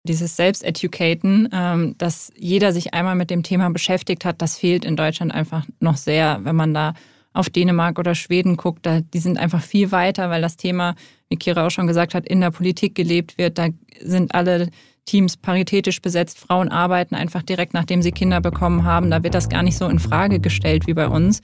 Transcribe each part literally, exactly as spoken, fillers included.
Dieses Selbsteducaten, ähm, dass jeder sich einmal mit dem Thema beschäftigt hat, das fehlt in Deutschland einfach noch sehr. Wenn man da auf Dänemark oder Schweden guckt, da, die sind einfach viel weiter, weil das Thema, wie Kira auch schon gesagt hat, in der Politik gelebt wird. Da sind alle Teams paritätisch besetzt. Frauen arbeiten einfach direkt, nachdem sie Kinder bekommen haben. Da wird das gar nicht so in Frage gestellt wie bei uns.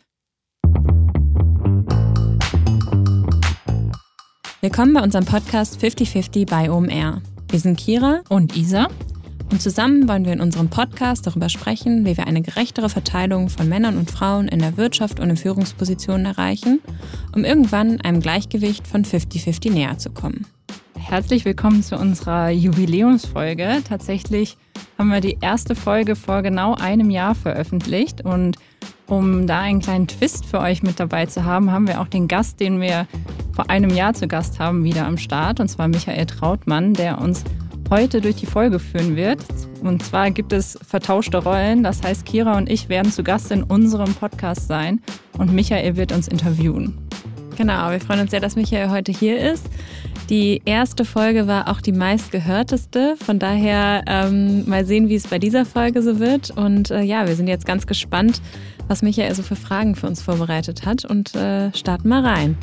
Willkommen bei unserem Podcast fifty fifty bei O M R. Wir sind Kira und Isa und zusammen wollen wir in unserem Podcast darüber sprechen, wie wir eine gerechtere Verteilung von Männern und Frauen in der Wirtschaft und in Führungspositionen erreichen, um irgendwann einem Gleichgewicht von fifty fifty näher zu kommen. Herzlich willkommen zu unserer Jubiläumsfolge. Tatsächlich haben wir die erste Folge vor genau einem Jahr veröffentlicht und um da einen kleinen Twist für euch mit dabei zu haben, haben wir auch den Gast, den wir vor einem Jahr zu Gast haben, wieder am Start, und zwar Michael Trautmann, der uns heute durch die Folge führen wird. Und zwar gibt es vertauschte Rollen, das heißt, Kira und ich werden zu Gast in unserem Podcast sein und Michael wird uns interviewen. Genau, wir freuen uns sehr, dass Michael heute hier ist. Die erste Folge war auch die meistgehörteste, von daher ähm, mal sehen, wie es bei dieser Folge so wird. Und äh, ja, wir sind jetzt ganz gespannt, was Michael so für Fragen für uns vorbereitet hat und äh, starten mal rein.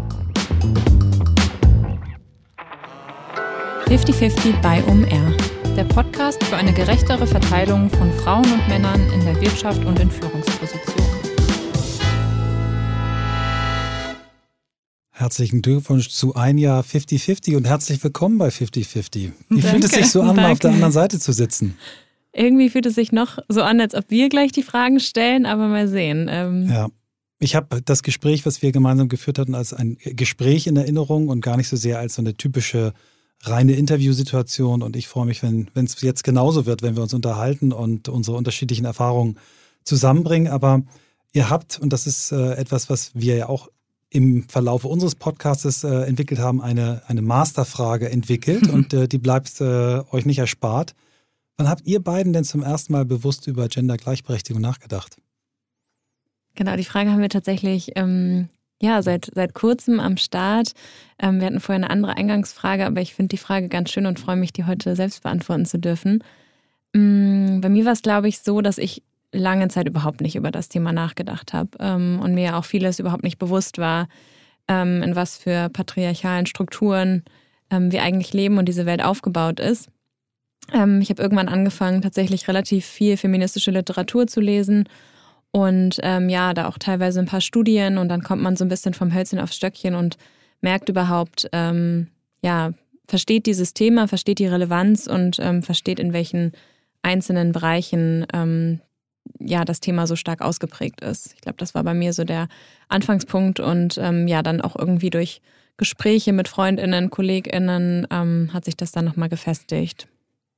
fifty fifty bei O M R. Der Podcast für eine gerechtere Verteilung von Frauen und Männern in der Wirtschaft und in Führungspositionen. Herzlichen Glückwunsch zu ein Jahr fifty fifty und herzlich willkommen bei fifty fifty. Wie Danke, fühlt es sich so an, danke. mal auf der anderen Seite zu sitzen? Irgendwie fühlt es sich noch so an, als ob wir gleich die Fragen stellen, aber mal sehen. Ähm Ja, ich habe das Gespräch, was wir gemeinsam geführt hatten, als ein Gespräch in Erinnerung und gar nicht so sehr als so eine typische reine Interviewsituation. Und ich freue mich, wenn es jetzt genauso wird, wenn wir uns unterhalten und unsere unterschiedlichen Erfahrungen zusammenbringen. Aber ihr habt, und das ist äh, etwas, was wir ja auch im Verlauf unseres Podcasts äh, entwickelt haben, eine, eine Masterfrage entwickelt und äh, die bleibt äh, euch nicht erspart. Wann habt ihr beiden denn zum ersten Mal bewusst über Gender-Gleichberechtigung nachgedacht? Genau, die Frage haben wir tatsächlich ähm, ja, seit, seit kurzem am Start. Ähm, wir hatten vorher eine andere Eingangsfrage, aber ich finde die Frage ganz schön und freue mich, die heute selbst beantworten zu dürfen. Ähm, bei mir war es, glaube ich, so, dass ich lange Zeit überhaupt nicht über das Thema nachgedacht habe ähm, und mir auch vieles überhaupt nicht bewusst war, ähm, in was für patriarchalen Strukturen ähm, wir eigentlich leben und diese Welt aufgebaut ist. Ähm, ich habe irgendwann angefangen, tatsächlich relativ viel feministische Literatur zu lesen und ähm, ja, da auch teilweise ein paar Studien und dann kommt man so ein bisschen vom Hölzchen aufs Stöckchen und merkt überhaupt, ähm, ja, versteht dieses Thema, versteht die Relevanz und ähm, versteht, in welchen einzelnen Bereichen ähm, ja das Thema so stark ausgeprägt ist. Ich glaube, das war bei mir so der Anfangspunkt und ähm, ja, dann auch irgendwie durch Gespräche mit FreundInnen, KollegInnen ähm, hat sich das dann nochmal gefestigt.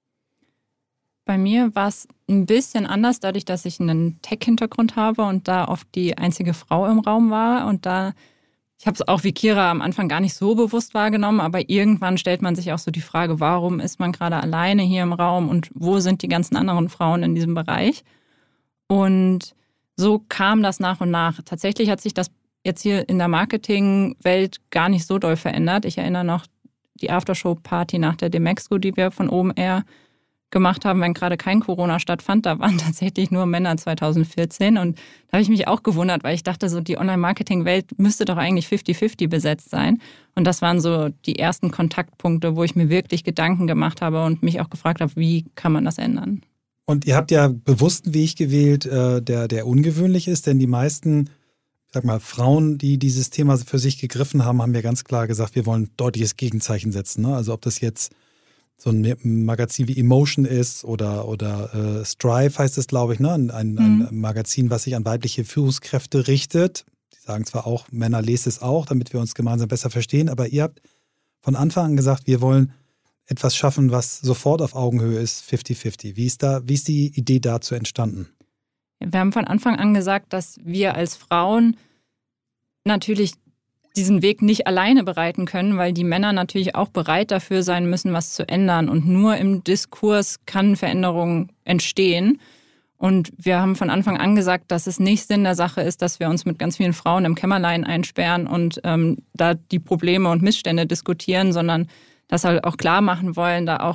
Bei mir war es ein bisschen anders, dadurch, dass ich einen Tech-Hintergrund habe und da oft die einzige Frau im Raum war. Und da, ich habe es auch wie Kira am Anfang gar nicht so bewusst wahrgenommen, aber irgendwann stellt man sich auch so die Frage, warum ist man gerade alleine hier im Raum und wo sind die ganzen anderen Frauen in diesem Bereich? Und so kam das nach und nach. Tatsächlich hat sich das jetzt hier in der Marketingwelt gar nicht so doll verändert. Ich erinnere noch die Aftershow-Party nach der Demexco, die wir von O M R gemacht haben, wenn gerade kein Corona stattfand. Da waren tatsächlich nur Männer zwanzig vierzehn. Und da habe ich mich auch gewundert, weil ich dachte, so die Online-Marketing-Welt müsste doch eigentlich fifty fifty besetzt sein. Und das waren so die ersten Kontaktpunkte, wo ich mir wirklich Gedanken gemacht habe und mich auch gefragt habe, wie kann man das ändern? Und ihr habt ja bewusst einen Weg gewählt, äh, der, der ungewöhnlich ist, denn die meisten, ich sag mal, Frauen, die dieses Thema für sich gegriffen haben, haben ja ganz klar gesagt, wir wollen ein deutliches Gegenzeichen setzen. Ne? Also ob das jetzt so ein Magazin wie Emotion ist oder, oder äh, Strive heißt es, glaube ich, ne? ein, ein, mhm. ein Magazin, was sich an weibliche Führungskräfte richtet. Die sagen zwar auch, Männer lest es auch, damit wir uns gemeinsam besser verstehen, aber ihr habt von Anfang an gesagt, wir wollen etwas schaffen, was sofort auf Augenhöhe ist, fifty fifty. Wie ist da, wie ist die Idee dazu entstanden? Wir haben von Anfang an gesagt, dass wir als Frauen natürlich diesen Weg nicht alleine bereiten können, weil die Männer natürlich auch bereit dafür sein müssen, was zu ändern. Und nur im Diskurs kann Veränderung entstehen. Und wir haben von Anfang an gesagt, dass es nicht Sinn der Sache ist, dass wir uns mit ganz vielen Frauen im Kämmerlein einsperren und ähm, da die Probleme und Missstände diskutieren, sondern das halt auch klar machen wollen, da auch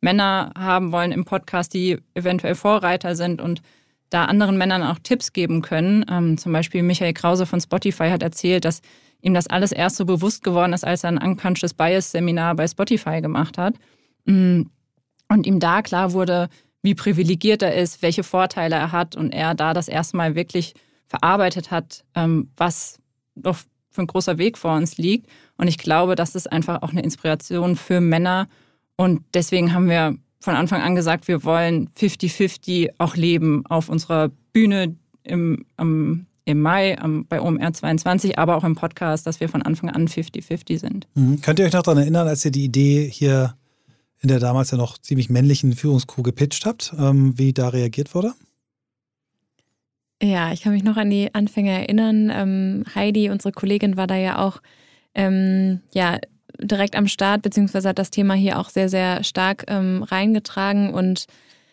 Männer haben wollen im Podcast, die eventuell Vorreiter sind und da anderen Männern auch Tipps geben können. Ähm, zum Beispiel Michael Krause von Spotify hat erzählt, dass ihm das alles erst so bewusst geworden ist, als er ein Unconscious Bias Seminar bei Spotify gemacht hat. Und ihm da klar wurde, wie privilegiert er ist, welche Vorteile er hat und er da das erste Mal wirklich verarbeitet hat, was doch für ein großer Weg vor uns liegt. Und ich glaube, das ist einfach auch eine Inspiration für Männer. Und deswegen haben wir von Anfang an gesagt, wir wollen fünfzig fünfzig auch leben auf unserer Bühne im, am, im Mai am, bei O M R zweiundzwanzig, aber auch im Podcast, dass wir von Anfang an fünfzig fünfzig sind. Mhm. Könnt ihr euch noch daran erinnern, als ihr die Idee hier in der damals ja noch ziemlich männlichen Führungscrew gepitcht habt, ähm, wie da reagiert wurde? Ja, ich kann mich noch an die Anfänge erinnern. Ähm, Heidi, unsere Kollegin, war da ja auch ähm, ja, direkt am Start, beziehungsweise hat das Thema hier auch sehr, sehr stark ähm, reingetragen. Und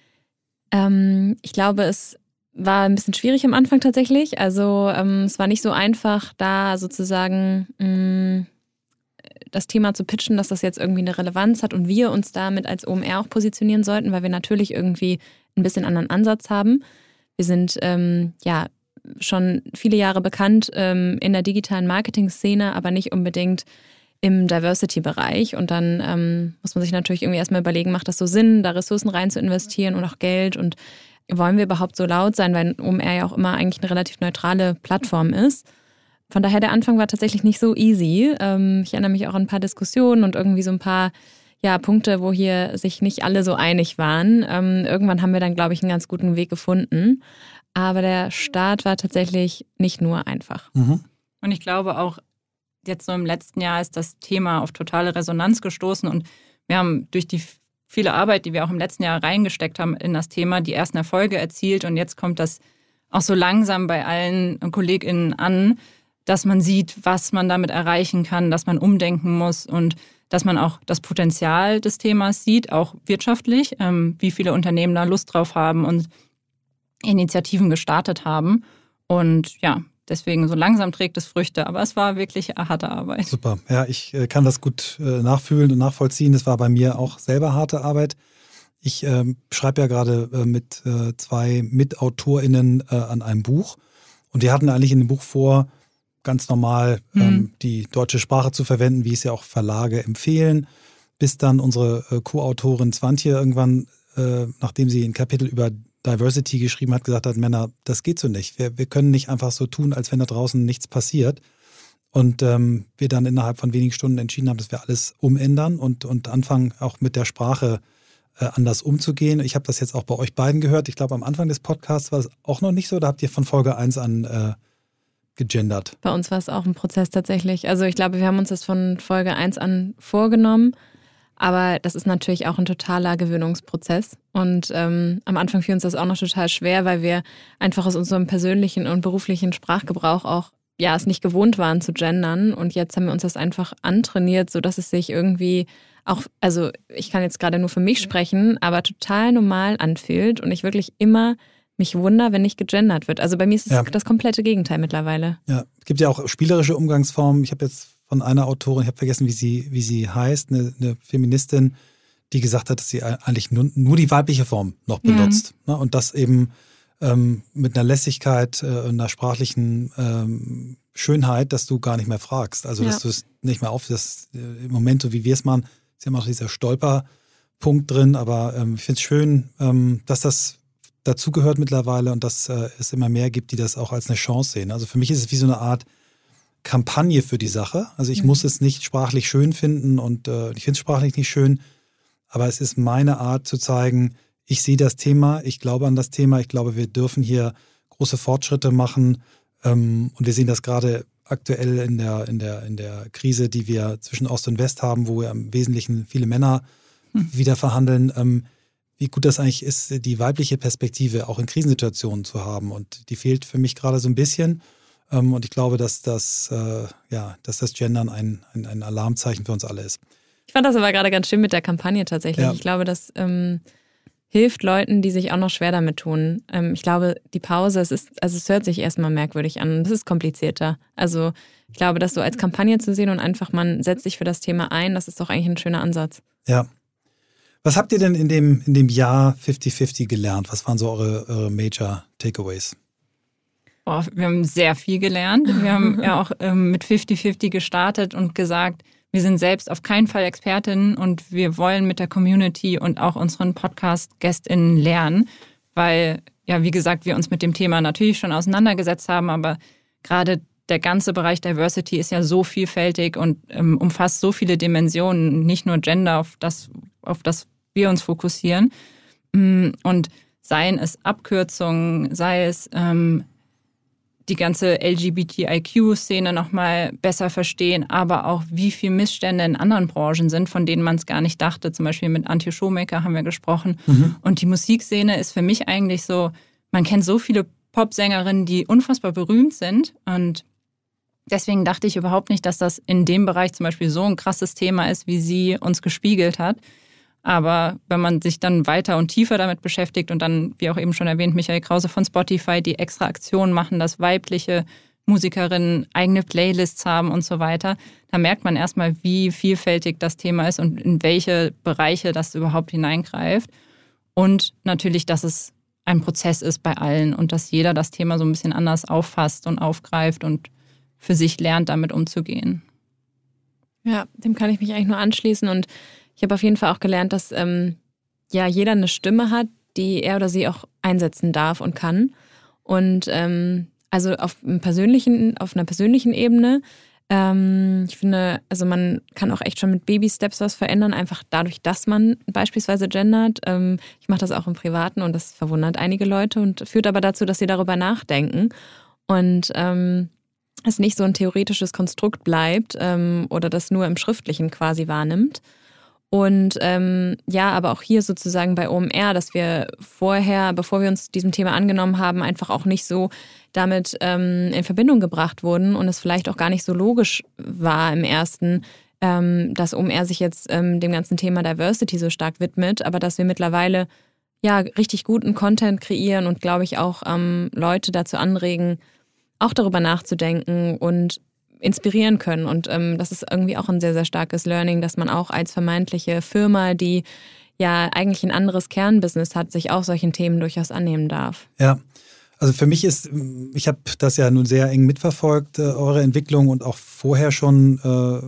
ähm, ich glaube, es war ein bisschen schwierig am Anfang tatsächlich. Also ähm, es war nicht so einfach, da sozusagen mh, das Thema zu pitchen, dass das jetzt irgendwie eine Relevanz hat und wir uns damit als O M R auch positionieren sollten, weil wir natürlich irgendwie ein bisschen anderen Ansatz haben. Wir sind ähm, ja schon viele Jahre bekannt ähm, in der digitalen Marketing-Szene, aber nicht unbedingt im Diversity-Bereich. Und dann ähm, muss man sich natürlich irgendwie erstmal überlegen, macht das so Sinn, da Ressourcen rein zu investieren und auch Geld? Und wollen wir überhaupt so laut sein, weil O M R ja auch immer eigentlich eine relativ neutrale Plattform ist. Von daher, der Anfang war tatsächlich nicht so easy. Ähm, ich erinnere mich auch an ein paar Diskussionen und irgendwie so ein paar ja, Punkte, wo hier sich nicht alle so einig waren. Ähm, irgendwann haben wir dann, glaube ich, einen ganz guten Weg gefunden. Aber der Start war tatsächlich nicht nur einfach. Mhm. Und ich glaube auch, jetzt so im letzten Jahr ist das Thema auf totale Resonanz gestoßen und wir haben durch die viele Arbeit, die wir auch im letzten Jahr reingesteckt haben in das Thema, die ersten Erfolge erzielt und jetzt kommt das auch so langsam bei allen KollegInnen an, dass man sieht, was man damit erreichen kann, dass man umdenken muss und dass man auch das Potenzial des Themas sieht, auch wirtschaftlich, ähm, wie viele Unternehmen da Lust drauf haben und Initiativen gestartet haben. Und ja, deswegen so langsam trägt es Früchte, aber es war wirklich harte Arbeit. Super, ja, ich äh, kann das gut äh, nachfühlen und nachvollziehen. Das war bei mir auch selber harte Arbeit. Ich äh, schreibe ja gerade äh, mit äh, zwei MitautorInnen äh, an einem Buch und wir hatten eigentlich in dem Buch vor, ganz normal mhm. ähm, die deutsche Sprache zu verwenden, wie es ja auch Verlage empfehlen, bis dann unsere äh, Co-Autorin Swantje irgendwann, äh, nachdem sie ein Kapitel über Diversity geschrieben hat, gesagt hat, Männer, das geht so nicht. Wir, wir können nicht einfach so tun, als wenn da draußen nichts passiert. Und ähm, wir dann innerhalb von wenigen Stunden entschieden haben, dass wir alles umändern und, und anfangen, auch mit der Sprache äh, anders umzugehen. Ich habe das jetzt auch bei euch beiden gehört. Ich glaube, am Anfang des Podcasts war es auch noch nicht so. Da habt ihr von Folge eins an äh, gegendert. Bei uns war es auch ein Prozess tatsächlich. Also ich glaube, wir haben uns das von Folge eins an vorgenommen. Aber das ist natürlich auch ein totaler Gewöhnungsprozess. Und ähm, am Anfang fiel uns das auch noch total schwer, weil wir einfach aus unserem persönlichen und beruflichen Sprachgebrauch auch ja es nicht gewohnt waren zu gendern. Und jetzt haben wir uns das einfach antrainiert, sodass es sich irgendwie auch, also ich kann jetzt gerade nur für mich sprechen, aber total normal anfühlt und ich wirklich immer mich wundere, wenn nicht gegendert wird. Also bei mir ist es ja das komplette Gegenteil mittlerweile. Ja, es gibt ja auch spielerische Umgangsformen. Ich habe jetzt von einer Autorin, ich habe vergessen, wie sie, wie sie heißt, eine, eine Feministin, die gesagt hat, dass sie eigentlich nur, nur die weibliche Form noch benutzt. Ja. Ne? Und das eben ähm, mit einer Lässigkeit, äh, einer sprachlichen ähm, Schönheit, dass du gar nicht mehr fragst. Also, ja. dass du es nicht mehr auf, das äh, im Moment, so wie wir es machen, ist ja immer noch dieser Stolperpunkt drin, aber ähm, ich finde es schön, ähm, dass das dazugehört mittlerweile und dass äh, es immer mehr gibt, die das auch als eine Chance sehen. Also für mich ist es wie so eine Art Kampagne für die Sache. Also ich mhm. muss es nicht sprachlich schön finden und äh, ich finde es sprachlich nicht schön, aber es ist meine Art zu zeigen, ich sehe das Thema, ich glaube an das Thema, ich glaube, wir dürfen hier große Fortschritte machen ähm, und wir sehen das gerade aktuell in der, in der, in der Krise, die wir zwischen Ost und West haben, wo wir im Wesentlichen viele Männer mhm. wieder verhandeln, ähm, wie gut das eigentlich ist, die weibliche Perspektive auch in Krisensituationen zu haben und die fehlt für mich gerade so ein bisschen. Und ich glaube, dass das, äh, ja, dass das Gendern ein, ein, ein Alarmzeichen für uns alle ist. Ich fand das aber gerade ganz schön mit der Kampagne tatsächlich. Ja. Ich glaube, das ähm, hilft Leuten, die sich auch noch schwer damit tun. Ähm, ich glaube, die Pause, es ist, also es hört sich erstmal merkwürdig an. Es ist komplizierter. Also ich glaube, das so als Kampagne zu sehen und einfach man setzt sich für das Thema ein, das ist doch eigentlich ein schöner Ansatz. Ja. Was habt ihr denn in dem, in dem Jahr fifty fifty gelernt? Was waren so eure, eure Major Takeaways? Oh, wir haben sehr viel gelernt. Wir haben ja auch ähm, mit fifty fifty gestartet und gesagt, wir sind selbst auf keinen Fall Expertinnen und wir wollen mit der Community und auch unseren Podcast-GästInnen lernen, weil, ja, wie gesagt, wir uns mit dem Thema natürlich schon auseinandergesetzt haben, aber gerade der ganze Bereich Diversity ist ja so vielfältig und ähm, umfasst so viele Dimensionen, nicht nur Gender, auf das, auf das wir uns fokussieren. Und seien es Abkürzungen, sei es ähm, die ganze L G B T I Q-Szene nochmal besser verstehen, aber auch wie viel Missstände in anderen Branchen sind, von denen man es gar nicht dachte. Zum Beispiel mit Antje Shoemaker haben wir gesprochen. Mhm. Und die Musikszene ist für mich eigentlich so, man kennt so viele Popsängerinnen, die unfassbar berühmt sind. Und deswegen dachte ich überhaupt nicht, dass das in dem Bereich zum Beispiel so ein krasses Thema ist, wie sie uns gespiegelt hat. Aber wenn man sich dann weiter und tiefer damit beschäftigt und dann, wie auch eben schon erwähnt, Michael Krause von Spotify, die extra Aktionen machen, dass weibliche Musikerinnen eigene Playlists haben und so weiter, da merkt man erstmal, wie vielfältig das Thema ist und in welche Bereiche das überhaupt hineingreift. Und natürlich, dass es ein Prozess ist bei allen und dass jeder das Thema so ein bisschen anders auffasst und aufgreift und für sich lernt, damit umzugehen. Ja, dem kann ich mich eigentlich nur anschließen und ich habe auf jeden Fall auch gelernt, dass ähm, ja jeder eine Stimme hat, die er oder sie auch einsetzen darf und kann. Und ähm, also auf einem persönlichen, auf einer persönlichen Ebene, ähm, ich finde, also man kann auch echt schon mit Baby-Steps was verändern, einfach dadurch, dass man beispielsweise gendert. Ähm, ich mache das auch im Privaten und das verwundert einige Leute und führt aber dazu, dass sie darüber nachdenken. Und ähm, es nicht so ein theoretisches Konstrukt bleibt ähm, oder das nur im Schriftlichen quasi wahrnimmt. Und ähm, ja, aber auch hier sozusagen bei O M R, dass wir vorher, bevor wir uns diesem Thema angenommen haben, einfach auch nicht so damit ähm, in Verbindung gebracht wurden und es vielleicht auch gar nicht so logisch war im ersten, ähm, dass O M R sich jetzt ähm, dem ganzen Thema Diversity so stark widmet, aber dass wir mittlerweile ja richtig guten Content kreieren und glaube ich auch ähm, Leute dazu anregen, auch darüber nachzudenken und inspirieren können. Und ähm, das ist irgendwie auch ein sehr, sehr starkes Learning, dass man auch als vermeintliche Firma, die ja eigentlich ein anderes Kernbusiness hat, sich auch solchen Themen durchaus annehmen darf. Ja, also für mich ist, ich habe das ja nun sehr eng mitverfolgt, äh, eure Entwicklung und auch vorher schon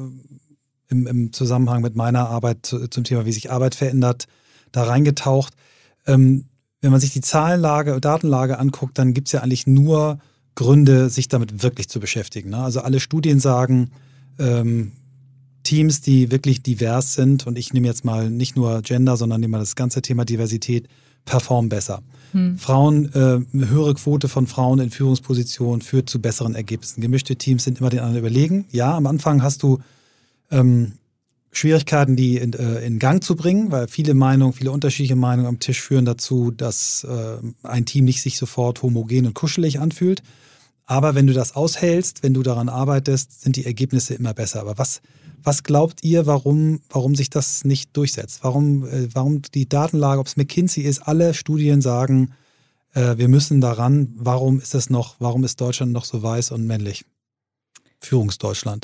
äh, im, im Zusammenhang mit meiner Arbeit zu, zum Thema, wie sich Arbeit verändert, da reingetaucht. Ähm, wenn man sich die Zahlenlage, Datenlage anguckt, dann gibt es ja eigentlich nur Gründe, sich damit wirklich zu beschäftigen. Ne? Also alle Studien sagen, ähm, Teams, die wirklich divers sind, und ich nehme jetzt mal nicht nur Gender, sondern nehme mal das ganze Thema Diversität, performen besser. Hm. Frauen, äh, eine höhere Quote von Frauen in Führungspositionen führt zu besseren Ergebnissen. Gemischte Teams sind immer den anderen überlegen. Ja, am Anfang hast du ähm, Schwierigkeiten, die in, äh, in Gang zu bringen, weil viele Meinungen, viele unterschiedliche Meinungen am Tisch führen dazu, dass äh, ein Team nicht sich sofort homogen und kuschelig anfühlt. Aber wenn du das aushältst, wenn du daran arbeitest, sind die Ergebnisse immer besser. Aber was, was glaubt ihr, warum, warum sich das nicht durchsetzt? Warum, äh, warum die Datenlage, ob es McKinsey ist, alle Studien sagen, äh, wir müssen daran. Warum ist das noch, warum ist Deutschland noch so weiß und männlich? Führungsdeutschland.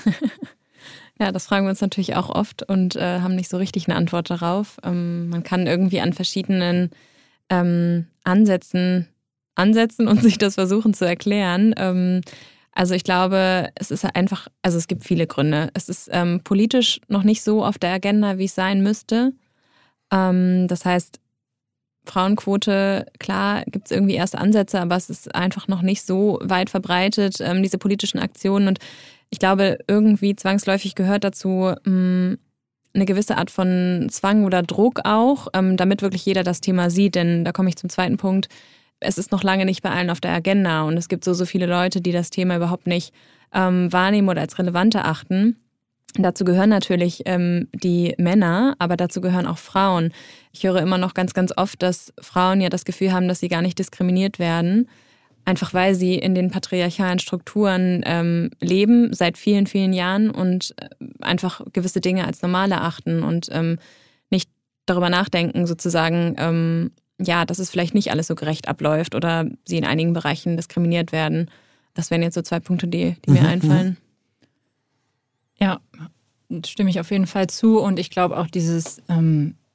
Ja, das fragen wir uns natürlich auch oft und äh, haben nicht so richtig eine Antwort darauf. Ähm, man kann irgendwie an verschiedenen ähm, Ansätzen ansetzen und sich das versuchen zu erklären. Ähm, also ich glaube, es ist einfach, also es gibt viele Gründe. Es ist ähm, politisch noch nicht so auf der Agenda, wie es sein müsste. Ähm, das heißt, Frauenquote, klar, gibt es irgendwie erste Ansätze, aber es ist einfach noch nicht so weit verbreitet, ähm, diese politischen Aktionen. Und ich glaube, irgendwie zwangsläufig gehört dazu mh, eine gewisse Art von Zwang oder Druck auch, ähm, damit wirklich jeder das Thema sieht. Denn da komme ich zum zweiten Punkt. Es ist noch lange nicht bei allen auf der Agenda und es gibt so, so viele Leute, die das Thema überhaupt nicht ähm, wahrnehmen oder als relevant erachten. Dazu gehören natürlich ähm, die Männer, aber dazu gehören auch Frauen. Ich höre immer noch ganz, ganz oft, dass Frauen ja das Gefühl haben, dass sie gar nicht diskriminiert werden, einfach weil sie in den patriarchalen Strukturen ähm, leben seit vielen, vielen Jahren und einfach gewisse Dinge als normal erachten und ähm, nicht darüber nachdenken, sozusagen, ähm, ja, dass es vielleicht nicht alles so gerecht abläuft oder sie in einigen Bereichen diskriminiert werden. Das wären jetzt so zwei Punkte, die, die mir mhm. einfallen. Ja, stimme ich auf jeden Fall zu. Und ich glaube auch dieses, ähm,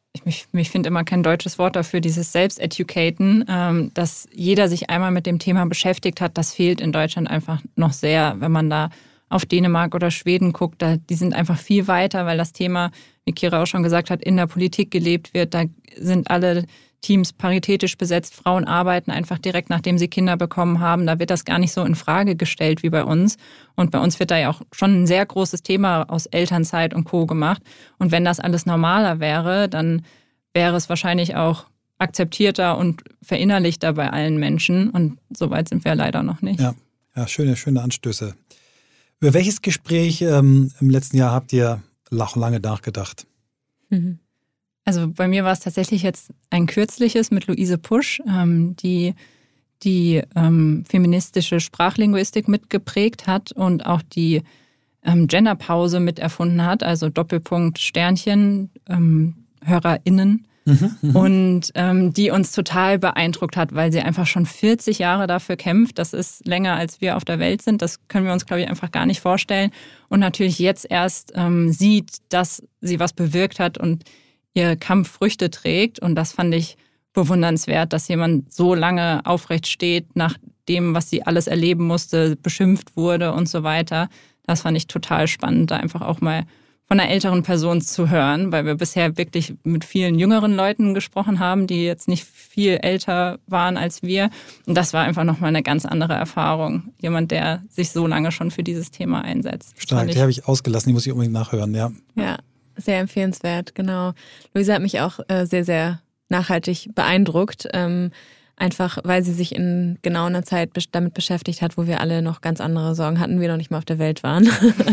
ich, ich, ich finde immer kein deutsches Wort dafür, dieses Selbst-Educaten, ähm, dass jeder sich einmal mit dem Thema beschäftigt hat, das fehlt in Deutschland einfach noch sehr, wenn man da auf Dänemark oder Schweden guckt, da, die sind einfach viel weiter, weil das Thema, wie Kira auch schon gesagt hat, in der Politik gelebt wird. Da sind alle Teams paritätisch besetzt. Frauen arbeiten einfach direkt, nachdem sie Kinder bekommen haben. Da wird das gar nicht so in Frage gestellt wie bei uns. Und bei uns wird da ja auch schon ein sehr großes Thema aus Elternzeit und Co. gemacht. Und wenn das alles normaler wäre, dann wäre es wahrscheinlich auch akzeptierter und verinnerlichter bei allen Menschen. Und so weit sind wir leider noch nicht. Ja, ja, schöne, schöne Anstöße. Über welches Gespräch ähm, im letzten Jahr habt ihr lange nachgedacht? Mhm. Also bei mir war es tatsächlich jetzt ein kürzliches mit Luise Pusch, ähm, die die ähm, feministische Sprachlinguistik mitgeprägt hat und auch die ähm, Genderpause mit erfunden hat, also Doppelpunkt Sternchen, ähm, HörerInnen. Mhm, und ähm, die uns total beeindruckt hat, weil sie einfach schon vierzig Jahre dafür kämpft. Das ist länger, als wir auf der Welt sind. Das können wir uns, glaube ich, einfach gar nicht vorstellen. Und natürlich jetzt erst ähm, sieht, dass sie was bewirkt hat und ihr Kampf Früchte trägt. Und das fand ich bewundernswert, dass jemand so lange aufrecht steht, nach dem, was sie alles erleben musste, beschimpft wurde und so weiter. Das fand ich total spannend, da einfach auch mal von einer älteren Person zu hören, weil wir bisher wirklich mit vielen jüngeren Leuten gesprochen haben, die jetzt nicht viel älter waren als wir. Und das war einfach nochmal eine ganz andere Erfahrung. Jemand, der sich so lange schon für dieses Thema einsetzt. Stark, die habe ich ausgelassen, die muss ich unbedingt nachhören, ja. Ja, sehr empfehlenswert, genau. Luisa hat mich auch äh, sehr, sehr nachhaltig beeindruckt. Ähm, einfach, weil sie sich in genau einer Zeit damit beschäftigt hat, wo wir alle noch ganz andere Sorgen hatten, wir noch nicht mal auf der Welt waren.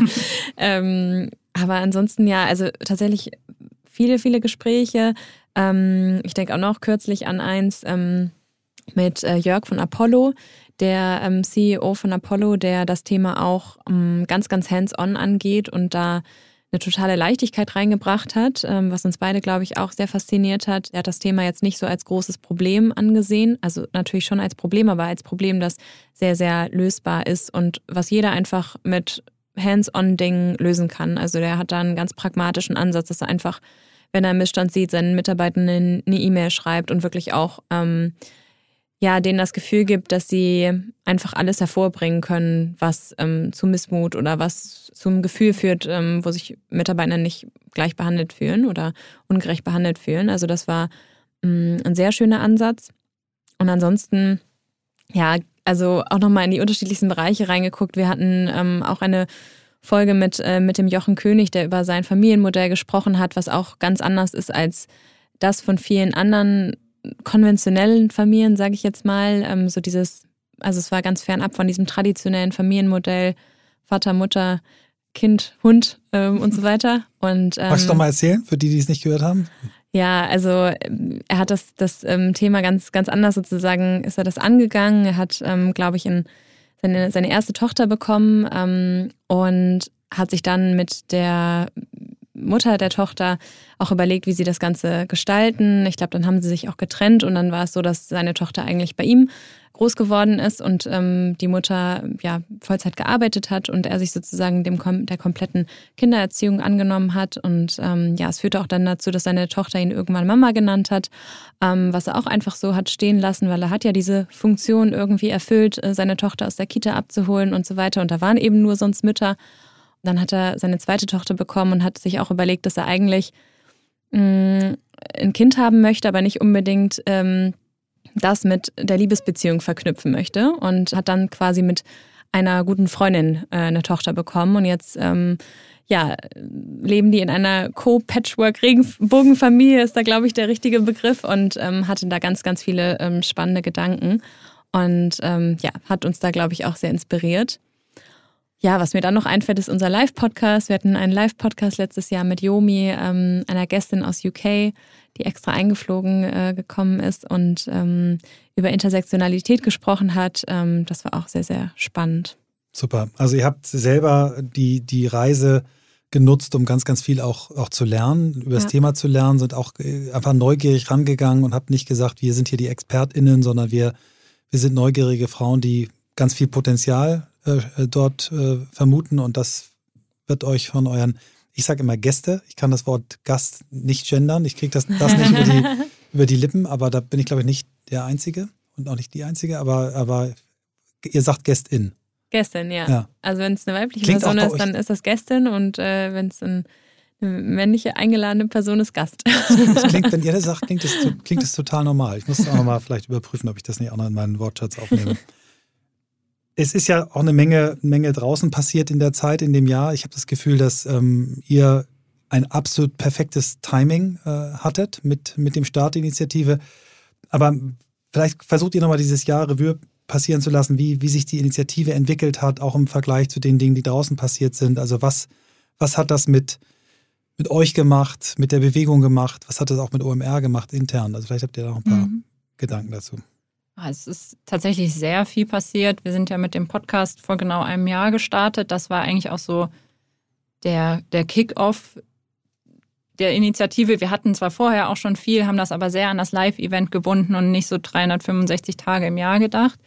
ähm, Aber ansonsten ja, also tatsächlich viele, viele Gespräche. Ähm, ich denke auch noch kürzlich an eins ähm, mit äh, Jörg von Apollo, der ähm, C E O von Apollo, der das Thema auch ähm, ganz, ganz hands-on angeht und da eine totale Leichtigkeit reingebracht hat, ähm, was uns beide, glaube ich, auch sehr fasziniert hat. Er hat das Thema jetzt nicht so als großes Problem angesehen, also natürlich schon als Problem, aber als Problem, das sehr, sehr lösbar ist und was jeder einfach mit Hands-on-Dingen lösen kann. Also der hat da einen ganz pragmatischen Ansatz, dass er einfach, wenn er einen Missstand sieht, seinen Mitarbeitenden eine E-Mail schreibt und wirklich auch ähm, ja, denen das Gefühl gibt, dass sie einfach alles hervorbringen können, was ähm, zu Missmut oder was zum Gefühl führt, ähm, wo sich Mitarbeiter nicht gleich behandelt fühlen oder ungerecht behandelt fühlen. Also das war ähm, ein sehr schöner Ansatz. Und ansonsten, ja, also auch nochmal in die unterschiedlichsten Bereiche reingeguckt. Wir hatten ähm, auch eine Folge mit, äh, mit dem Jochen König, der über sein Familienmodell gesprochen hat, was auch ganz anders ist als das von vielen anderen konventionellen Familien, sage ich jetzt mal. Ähm, so dieses, also es war ganz fernab von diesem traditionellen Familienmodell Vater, Mutter, Kind, Hund ähm, und so weiter. Und, ähm, Magst du doch mal erzählen, für die, die es nicht gehört haben? Ja, also er hat das, das ähm, Thema ganz, ganz anders sozusagen, ist er das angegangen. Er hat, ähm, glaube ich, in seine, seine erste Tochter bekommen ähm, und hat sich dann mit der Mutter der Tochter auch überlegt, wie sie das Ganze gestalten. Ich glaube, dann haben sie sich auch getrennt und dann war es so, dass seine Tochter eigentlich bei ihm groß geworden ist und ähm, die Mutter ja Vollzeit gearbeitet hat und er sich sozusagen dem der kompletten Kindererziehung angenommen hat. Und ähm, ja, es führte auch dann dazu, dass seine Tochter ihn irgendwann Mama genannt hat, ähm, was er auch einfach so hat stehen lassen, weil er hat ja diese Funktion irgendwie erfüllt, äh, seine Tochter aus der Kita abzuholen und so weiter. Und da waren eben nur sonst Mütter. Dann hat er seine zweite Tochter bekommen und hat sich auch überlegt, dass er eigentlich mh, ein Kind haben möchte, aber nicht unbedingt ähm, das mit der Liebesbeziehung verknüpfen möchte und hat dann quasi mit einer guten Freundin äh, eine Tochter bekommen und jetzt ähm, ja, leben die in einer Co-Patchwork-Regenbogenfamilie, ist da, glaube ich, der richtige Begriff und ähm, hatte da ganz, ganz viele ähm, spannende Gedanken und ähm, ja, hat uns da, glaube ich, auch sehr inspiriert. Ja, was mir dann noch einfällt, ist unser Live-Podcast. Wir hatten einen Live-Podcast letztes Jahr mit Yomi, ähm, einer Gästin aus U K, die extra eingeflogen äh, gekommen ist und ähm, über Intersektionalität gesprochen hat. Ähm, das war auch sehr, sehr spannend. Super. Also ihr habt selber die, die Reise genutzt, um ganz, ganz viel auch, auch zu lernen, über das ja. Thema zu lernen, sind auch einfach neugierig rangegangen und habt nicht gesagt, wir sind hier die ExpertInnen, sondern wir, wir sind neugierige Frauen, die ganz viel Potenzial dort äh, vermuten und das wird euch von euren ich sage immer Gäste. Ich kann das Wort Gast nicht gendern. Ich kriege das, das nicht über die, über die Lippen, aber da bin ich, glaube ich, nicht der Einzige und auch nicht die Einzige, aber, aber ihr sagt Gästin. Gästin, ja. ja. Also wenn es eine weibliche Klingt Person ist, euch, dann ist das Gästin und äh, wenn es ein, eine männliche eingeladene Person ist, Gast. Das klingt, wenn ihr das sagt, klingt es klingt das total normal. Ich muss auch nochmal vielleicht überprüfen, ob ich das nicht auch noch in meinen Wortschatz aufnehme. Es ist ja auch eine Menge, Menge draußen passiert in der Zeit, in dem Jahr. Ich habe das Gefühl, dass ähm, ihr ein absolut perfektes Timing äh, hattet mit, mit dem Start der Initiative. Aber vielleicht versucht ihr nochmal dieses Jahr Revue passieren zu lassen, wie, wie sich die Initiative entwickelt hat, auch im Vergleich zu den Dingen, die draußen passiert sind. Also was, was hat das mit, mit euch gemacht, mit der Bewegung gemacht? Was hat das auch mit O M R gemacht intern? Also vielleicht habt ihr da noch ein paar mhm. Gedanken dazu. Es ist tatsächlich sehr viel passiert. Wir sind ja mit dem Podcast vor genau einem Jahr gestartet. Das war eigentlich auch so der, der Kick-Off der Initiative. Wir hatten zwar vorher auch schon viel, haben das aber sehr an das Live-Event gebunden und nicht so dreihundertfünfundsechzig Tage im Jahr gedacht.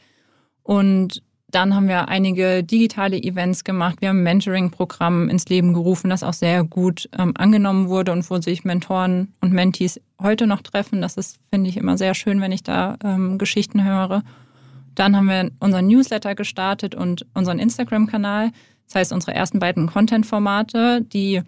Und dann haben wir einige digitale Events gemacht. Wir haben ein Mentoring-Programm ins Leben gerufen, das auch sehr gut ähm, angenommen wurde und wo sich Mentoren und Mentees heute noch treffen. Das ist, finde ich, immer sehr schön, wenn ich da ähm, Geschichten höre. Dann haben wir unseren Newsletter gestartet und unseren Instagram-Kanal. Das heißt, unsere ersten beiden Content-Formate, die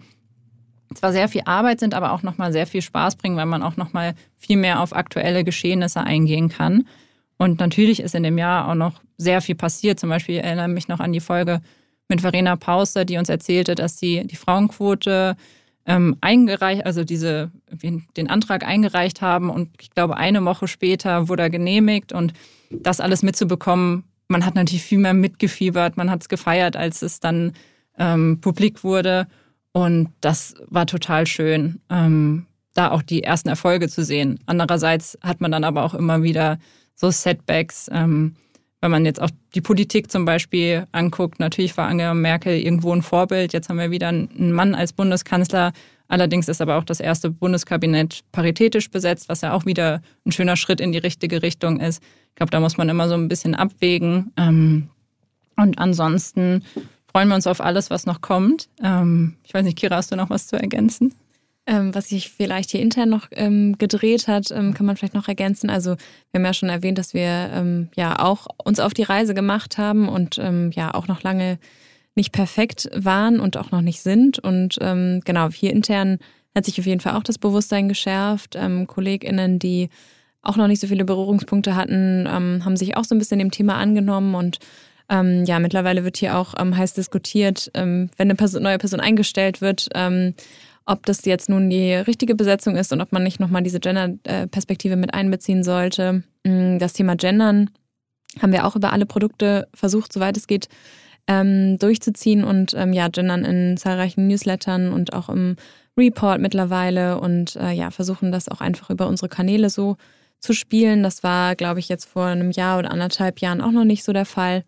zwar sehr viel Arbeit sind, aber auch nochmal sehr viel Spaß bringen, weil man auch nochmal viel mehr auf aktuelle Geschehnisse eingehen kann. Und natürlich ist in dem Jahr auch noch sehr viel passiert. Zum Beispiel erinnere ich mich noch an die Folge mit Verena Pauster, die uns erzählte, dass sie die Frauenquote ähm, eingereicht, also diese, den Antrag eingereicht haben und ich glaube, eine Woche später wurde er genehmigt und das alles mitzubekommen, man hat natürlich viel mehr mitgefiebert, man hat es gefeiert, als es dann ähm, publik wurde und das war total schön, ähm, da auch die ersten Erfolge zu sehen. Andererseits hat man dann aber auch immer wieder so Setbacks, ähm, wenn man jetzt auch die Politik zum Beispiel anguckt. Natürlich war Angela Merkel irgendwo ein Vorbild. Jetzt haben wir wieder einen Mann als Bundeskanzler. Allerdings ist aber auch das erste Bundeskabinett paritätisch besetzt, was ja auch wieder ein schöner Schritt in die richtige Richtung ist. Ich glaube, da muss man immer so ein bisschen abwägen. Ähm, und ansonsten freuen wir uns auf alles, was noch kommt. Ähm, ich weiß nicht, Kira, hast du noch was zu ergänzen? Ähm, was sich vielleicht hier intern noch ähm, gedreht hat, ähm, kann man vielleicht noch ergänzen. Also wir haben ja schon erwähnt, dass wir ähm, ja auch uns auf die Reise gemacht haben und ähm, ja auch noch lange nicht perfekt waren und auch noch nicht sind. Und ähm, genau, hier intern hat sich auf jeden Fall auch das Bewusstsein geschärft. Ähm, KollegInnen, die auch noch nicht so viele Berührungspunkte hatten, ähm, haben sich auch so ein bisschen dem Thema angenommen und ähm, ja, mittlerweile wird hier auch ähm, heiß diskutiert, ähm, wenn eine Person, neue Person eingestellt wird, ähm, ob das jetzt nun die richtige Besetzung ist und ob man nicht nochmal diese Gender-Perspektive mit einbeziehen sollte. Das Thema Gendern haben wir auch über alle Produkte versucht, soweit es geht, ähm, durchzuziehen und ähm, ja, Gendern in zahlreichen Newslettern und auch im Report mittlerweile und äh, ja, versuchen das auch einfach über unsere Kanäle so zu spielen. Das war, glaube ich, jetzt vor einem Jahr oder anderthalb Jahren auch noch nicht so der Fall.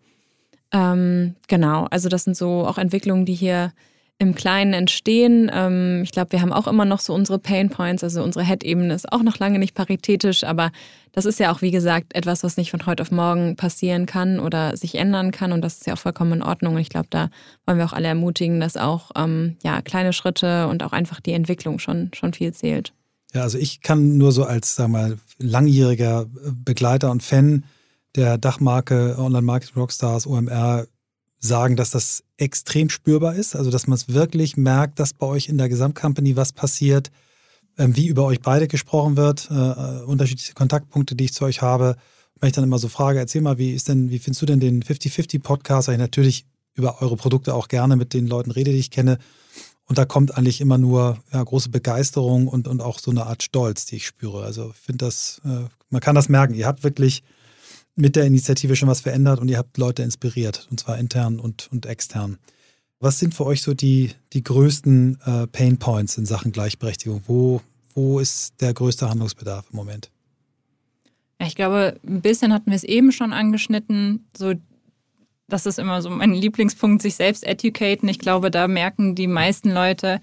Ähm, genau, also das sind so auch Entwicklungen, die hier im Kleinen entstehen. Ähm, ich glaube, wir haben auch immer noch so unsere Pain Points, also unsere Head-Ebene ist auch noch lange nicht paritätisch, aber das ist ja auch, wie gesagt, etwas, was nicht von heute auf morgen passieren kann oder sich ändern kann und das ist ja auch vollkommen in Ordnung und ich glaube, da wollen wir auch alle ermutigen, dass auch ähm, ja, kleine Schritte und auch einfach die Entwicklung schon, schon viel zählt. Ja, also ich kann nur so als, sag mal, langjähriger Begleiter und Fan der Dachmarke Online-Marketing Rockstars O M R sagen, dass das extrem spürbar ist, also dass man es wirklich merkt, dass bei euch in der Gesamtcompany was passiert, ähm, wie über euch beide gesprochen wird, äh, unterschiedliche Kontaktpunkte, die ich zu euch habe. Wenn ich dann immer so frage, erzähl mal, wie ist denn, wie findest du denn den fifty fifty Podcast, weil ich natürlich über eure Produkte auch gerne mit den Leuten rede, die ich kenne. Und da kommt eigentlich immer nur ja, große Begeisterung und, und auch so eine Art Stolz, die ich spüre. Also ich finde das, äh, man kann das merken. Ihr habt wirklich mit der Initiative schon was verändert und ihr habt Leute inspiriert, und zwar intern und, und extern. Was sind für euch so die, die größten äh, Pain Points in Sachen Gleichberechtigung? Wo, wo ist der größte Handlungsbedarf im Moment? Ja, ich glaube, ein bisschen hatten wir es eben schon angeschnitten, so das ist immer so mein Lieblingspunkt, sich selbst educaten. Ich glaube, da merken die meisten Leute,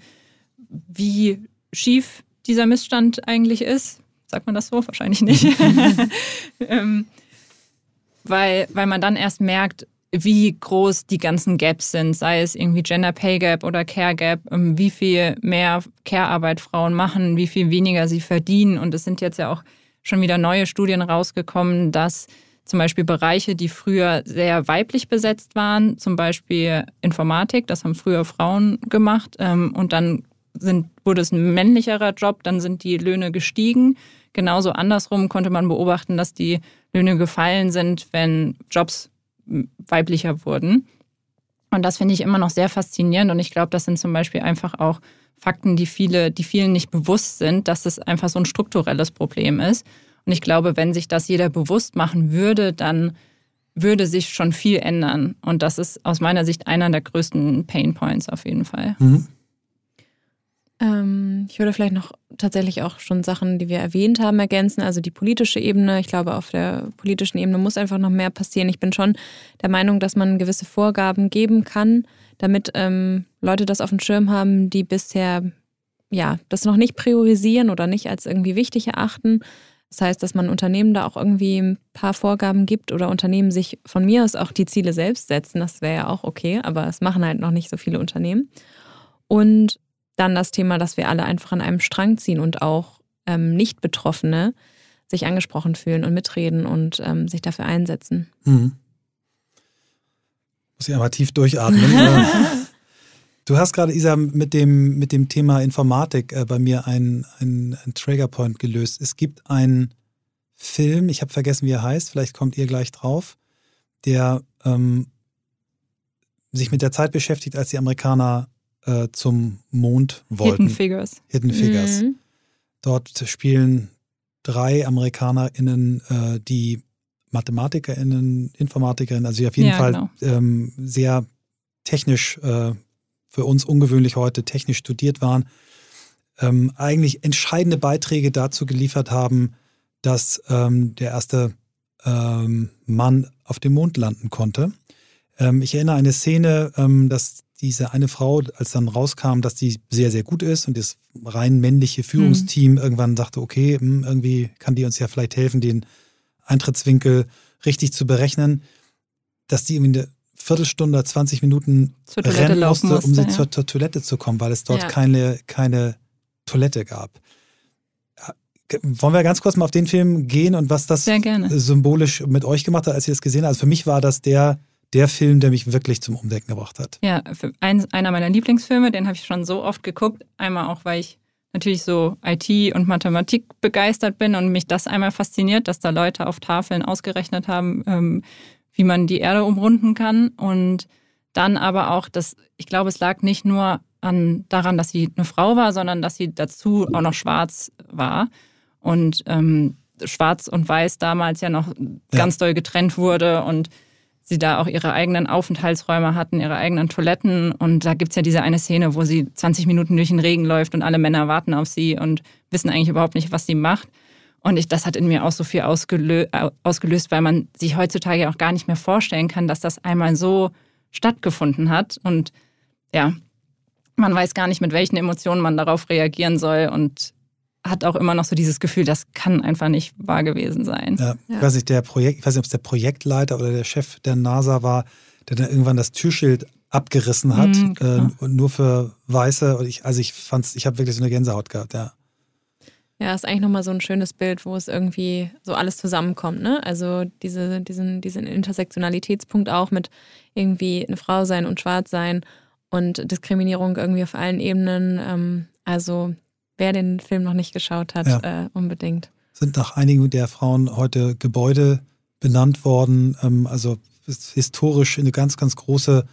wie schief dieser Missstand eigentlich ist. Sagt man das so? Wahrscheinlich nicht. ähm, weil, weil man dann erst merkt, wie groß die ganzen Gaps sind, sei es irgendwie Gender Pay Gap oder Care Gap, wie viel mehr Care-Arbeit Frauen machen, wie viel weniger sie verdienen. Und es sind jetzt ja auch schon wieder neue Studien rausgekommen, dass zum Beispiel Bereiche, die früher sehr weiblich besetzt waren, zum Beispiel Informatik, das haben früher Frauen gemacht, und dann sind, wurde es ein männlicherer Job, dann sind die Löhne gestiegen. Genauso andersrum konnte man beobachten, dass die Löhne gefallen sind, wenn Jobs weiblicher wurden. Und das finde ich immer noch sehr faszinierend. Und ich glaube, das sind zum Beispiel einfach auch Fakten, die viele, die vielen nicht bewusst sind, dass es einfach so ein strukturelles Problem ist. Und ich glaube, wenn sich das jeder bewusst machen würde, dann würde sich schon viel ändern. Und das ist aus meiner Sicht einer der größten Painpoints auf jeden Fall. Mhm. Ähm, ich würde vielleicht noch tatsächlich auch schon Sachen, die wir erwähnt haben, ergänzen. Also die politische Ebene. Ich glaube, auf der politischen Ebene muss einfach noch mehr passieren. Ich bin schon der Meinung, dass man gewisse Vorgaben geben kann, damit ähm, Leute das auf dem Schirm haben, die bisher ja das noch nicht priorisieren oder nicht als irgendwie wichtig erachten. Das heißt, dass man Unternehmen da auch irgendwie ein paar Vorgaben gibt oder Unternehmen sich von mir aus auch die Ziele selbst setzen. Das wäre ja auch okay, aber es machen halt noch nicht so viele Unternehmen. Und dann das Thema, dass wir alle einfach an einem Strang ziehen und auch ähm, Nicht-Betroffene sich angesprochen fühlen und mitreden und ähm, sich dafür einsetzen. Mhm. Muss ich einmal tief durchatmen. Du hast gerade, Isa, mit dem, mit dem Thema Informatik äh, bei mir einen ein Triggerpoint gelöst. Es gibt einen Film, ich habe vergessen, wie er heißt, vielleicht kommt ihr gleich drauf, der ähm, sich mit der Zeit beschäftigt, als die Amerikaner äh, zum Mond wollten. Hidden Figures. Hidden Figures. Mhm. Dort spielen drei AmerikanerInnen, äh, die MathematikerInnen, InformatikerInnen, also die auf jeden Ja, Fall genau. ähm, sehr technisch, äh, für uns ungewöhnlich heute, technisch studiert waren, ähm, eigentlich entscheidende Beiträge dazu geliefert haben, dass ähm, der erste ähm, Mann auf dem Mond landen konnte. Ähm, ich erinnere an eine Szene, ähm, dass diese eine Frau, als dann rauskam, dass die sehr, sehr gut ist und das rein männliche Führungsteam mhm. irgendwann sagte, okay, mh, irgendwie kann die uns ja vielleicht helfen, den Eintrittswinkel richtig zu berechnen, dass die irgendwie eine Viertelstunde, zwanzig Minuten zur Toilette rennen laufen musste, um musste, sie ja. zur, zur Toilette zu kommen, weil es dort Ja. keine, keine Toilette gab. Wollen wir ganz kurz mal auf den Film gehen und was das Sehr gerne. symbolisch mit euch gemacht hat, als ihr das gesehen habt? Also für mich war das der, der Film, der mich wirklich zum Umdenken gebracht hat. Ja, für ein, einer meiner Lieblingsfilme, den habe ich schon so oft geguckt. Einmal auch, weil ich natürlich so I T und Mathematik begeistert bin und mich das einmal fasziniert, dass da Leute auf Tafeln ausgerechnet haben, ähm, wie man die Erde umrunden kann. Und dann aber auch, dass ich glaube, es lag nicht nur an, daran, dass sie eine Frau war, sondern dass sie dazu auch noch schwarz war. Und ähm, schwarz und weiß damals ja noch ja. ganz doll getrennt wurde und sie da auch ihre eigenen Aufenthaltsräume hatten, ihre eigenen Toiletten. Und da gibt's ja diese eine Szene, wo sie zwanzig Minuten durch den Regen läuft und alle Männer warten auf sie und wissen eigentlich überhaupt nicht, was sie macht. Und ich, das hat in mir auch so viel ausgelö- ausgelöst, weil man sich heutzutage auch gar nicht mehr vorstellen kann, dass das einmal so stattgefunden hat. Und ja, man weiß gar nicht, mit welchen Emotionen man darauf reagieren soll und hat auch immer noch so dieses Gefühl, das kann einfach nicht wahr gewesen sein. Ja, Ja. Ich weiß nicht, der Projekt, ich weiß nicht, ob es der Projektleiter oder der Chef der NASA war, der dann irgendwann das Türschild abgerissen hat, Mhm, genau. äh, nur für Weiße. Und ich, also ich fand's, ich habe wirklich so eine Gänsehaut gehabt, ja. Ja, ist eigentlich nochmal so ein schönes Bild, wo es irgendwie so alles zusammenkommt, ne? Also diese, diesen, diesen Intersektionalitätspunkt auch mit irgendwie eine Frau sein und schwarz sein und Diskriminierung irgendwie auf allen Ebenen. Ähm, also wer den Film noch nicht geschaut hat, Ja. äh, unbedingt. Sind nach einigen der Frauen heute Gebäude benannt worden. Ähm, also ist historisch eine ganz, ganz große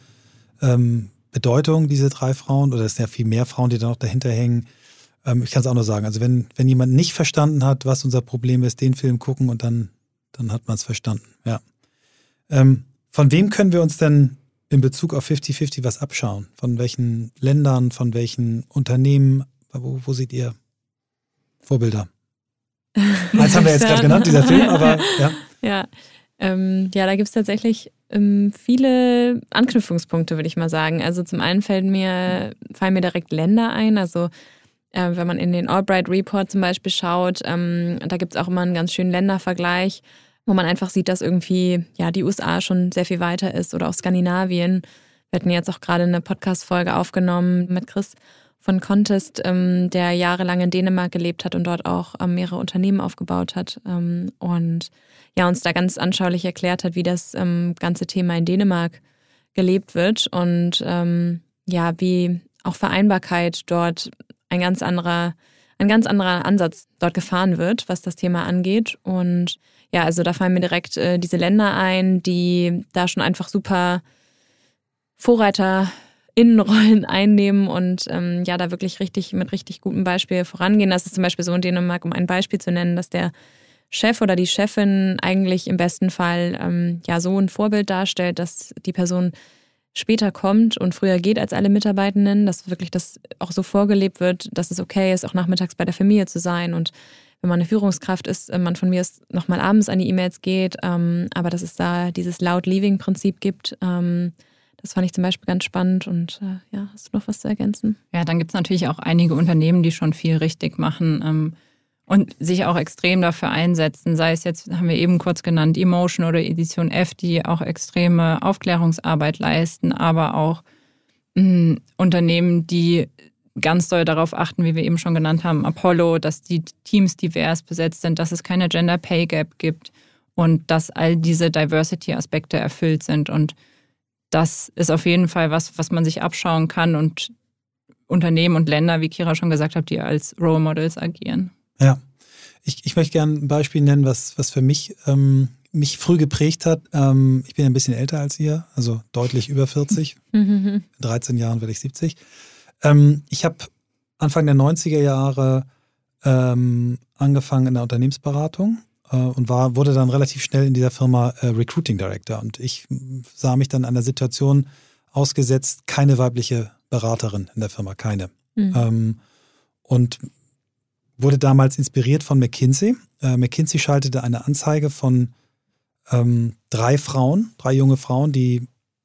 ähm, Bedeutung, diese drei Frauen. Oder es sind ja viel mehr Frauen, die da noch dahinter hängen. Ähm, ich kann es auch nur sagen. Also wenn, wenn jemand nicht verstanden hat, was unser Problem ist, den Film gucken und dann, dann hat man es verstanden. Ja. Ähm, von wem können wir uns denn in Bezug auf fifty fifty was abschauen? Von welchen Ländern, von welchen Unternehmen? Wo, wo seht ihr Vorbilder? Eins haben wir jetzt gerade genannt, dieser Film, aber ja. Ja, ähm, ja, da gibt es tatsächlich ähm, viele Anknüpfungspunkte, würde ich mal sagen. Also zum einen fällt mir, fallen mir direkt Länder ein. Also äh, wenn man in den Albright Report zum Beispiel schaut, ähm, da gibt es auch immer einen ganz schönen Ländervergleich. wo man einfach sieht, dass irgendwie ja die U S A schon sehr viel weiter ist oder auch Skandinavien. Wir hatten jetzt auch gerade eine Podcast-Folge aufgenommen mit Chris von Contest, ähm, der jahrelang in Dänemark gelebt hat und dort auch ähm, mehrere Unternehmen aufgebaut hat ähm, und ja uns da ganz anschaulich erklärt hat, wie das ähm, ganze Thema in Dänemark gelebt wird und ähm, ja, wie auch Vereinbarkeit dort ein ganz anderer, ein ganz anderer Ansatz dort gefahren wird, was das Thema angeht. Und ja, also da fallen mir direkt äh, diese Länder ein, die da schon einfach super VorreiterInnenrollen einnehmen und ähm, ja, da wirklich richtig mit richtig gutem Beispiel vorangehen. Das ist zum Beispiel so in Dänemark, um ein Beispiel zu nennen, dass der Chef oder die Chefin eigentlich im besten Fall ähm, ja so ein Vorbild darstellt, dass die Person später kommt und früher geht als alle Mitarbeitenden, dass wirklich das auch so vorgelebt wird, dass es okay ist, auch nachmittags bei der Familie zu sein und wenn man eine Führungskraft ist, man von mir aus nochmal abends an die E-Mails geht, ähm, aber dass es da dieses Loud-Leaving-Prinzip gibt, ähm, das fand ich zum Beispiel ganz spannend und äh, ja, hast du noch was zu ergänzen? Ja, dann gibt es natürlich auch einige Unternehmen, die schon viel richtig machen ähm, und sich auch extrem dafür einsetzen, sei es jetzt, haben wir eben kurz genannt, Emotion oder Edition F, die auch extreme Aufklärungsarbeit leisten, aber auch mh, Unternehmen, die ganz doll darauf achten, wie wir eben schon genannt haben, Apollo, dass die Teams divers besetzt sind, dass es keine Gender Pay Gap gibt und dass all diese Diversity-Aspekte erfüllt sind. Und das ist auf jeden Fall was, was man sich abschauen kann und Unternehmen und Länder, wie Kira schon gesagt hat, die als Role Models agieren. Ja, ich, ich möchte gerne ein Beispiel nennen, was, was für mich, ähm, mich früh geprägt hat. Ähm, ich bin ein bisschen älter als ihr, also deutlich über vierzig. In dreizehn Jahren werde ich siebzig. Ähm, ich habe Anfang der neunziger Jahre ähm, angefangen in der Unternehmensberatung äh, und war, wurde dann relativ schnell in dieser Firma äh, Recruiting Director. Und ich sah mich dann an der Situation ausgesetzt, keine weibliche Beraterin in der Firma, keine. Mhm. Ähm, und wurde damals inspiriert von McKinsey. Äh, McKinsey schaltete eine Anzeige von ähm, drei Frauen, drei junge Frauen, die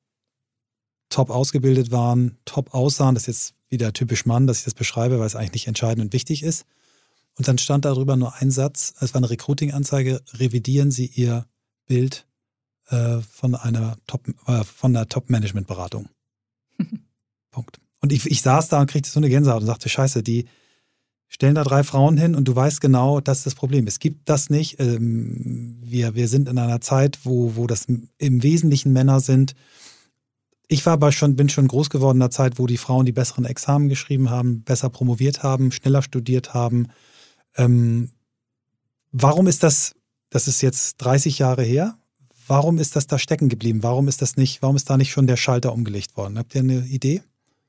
top ausgebildet waren, top aussahen. Das ist jetzt wieder typisch Mann, dass ich das beschreibe, weil es eigentlich nicht entscheidend und wichtig ist. Und dann stand darüber nur ein Satz, es war eine Recruiting-Anzeige, revidieren Sie Ihr Bild äh, von einer Top, äh, von einer Top-Management-Beratung. Punkt. Und ich, ich saß da und kriegte so eine Gänsehaut und sagte, scheiße, die stellen da drei Frauen hin und du weißt genau, das ist das Problem. Es gibt das nicht. Ähm, wir, wir sind in einer Zeit, wo, wo das im Wesentlichen Männer sind. Ich war aber schon, bin schon groß geworden in einer Zeit, wo die Frauen die besseren Examen geschrieben haben, besser promoviert haben, schneller studiert haben. Ähm, warum ist das, das ist jetzt dreißig Jahre her, warum ist das da stecken geblieben? Warum ist das nicht, warum ist da nicht schon der Schalter umgelegt worden? Habt ihr eine Idee?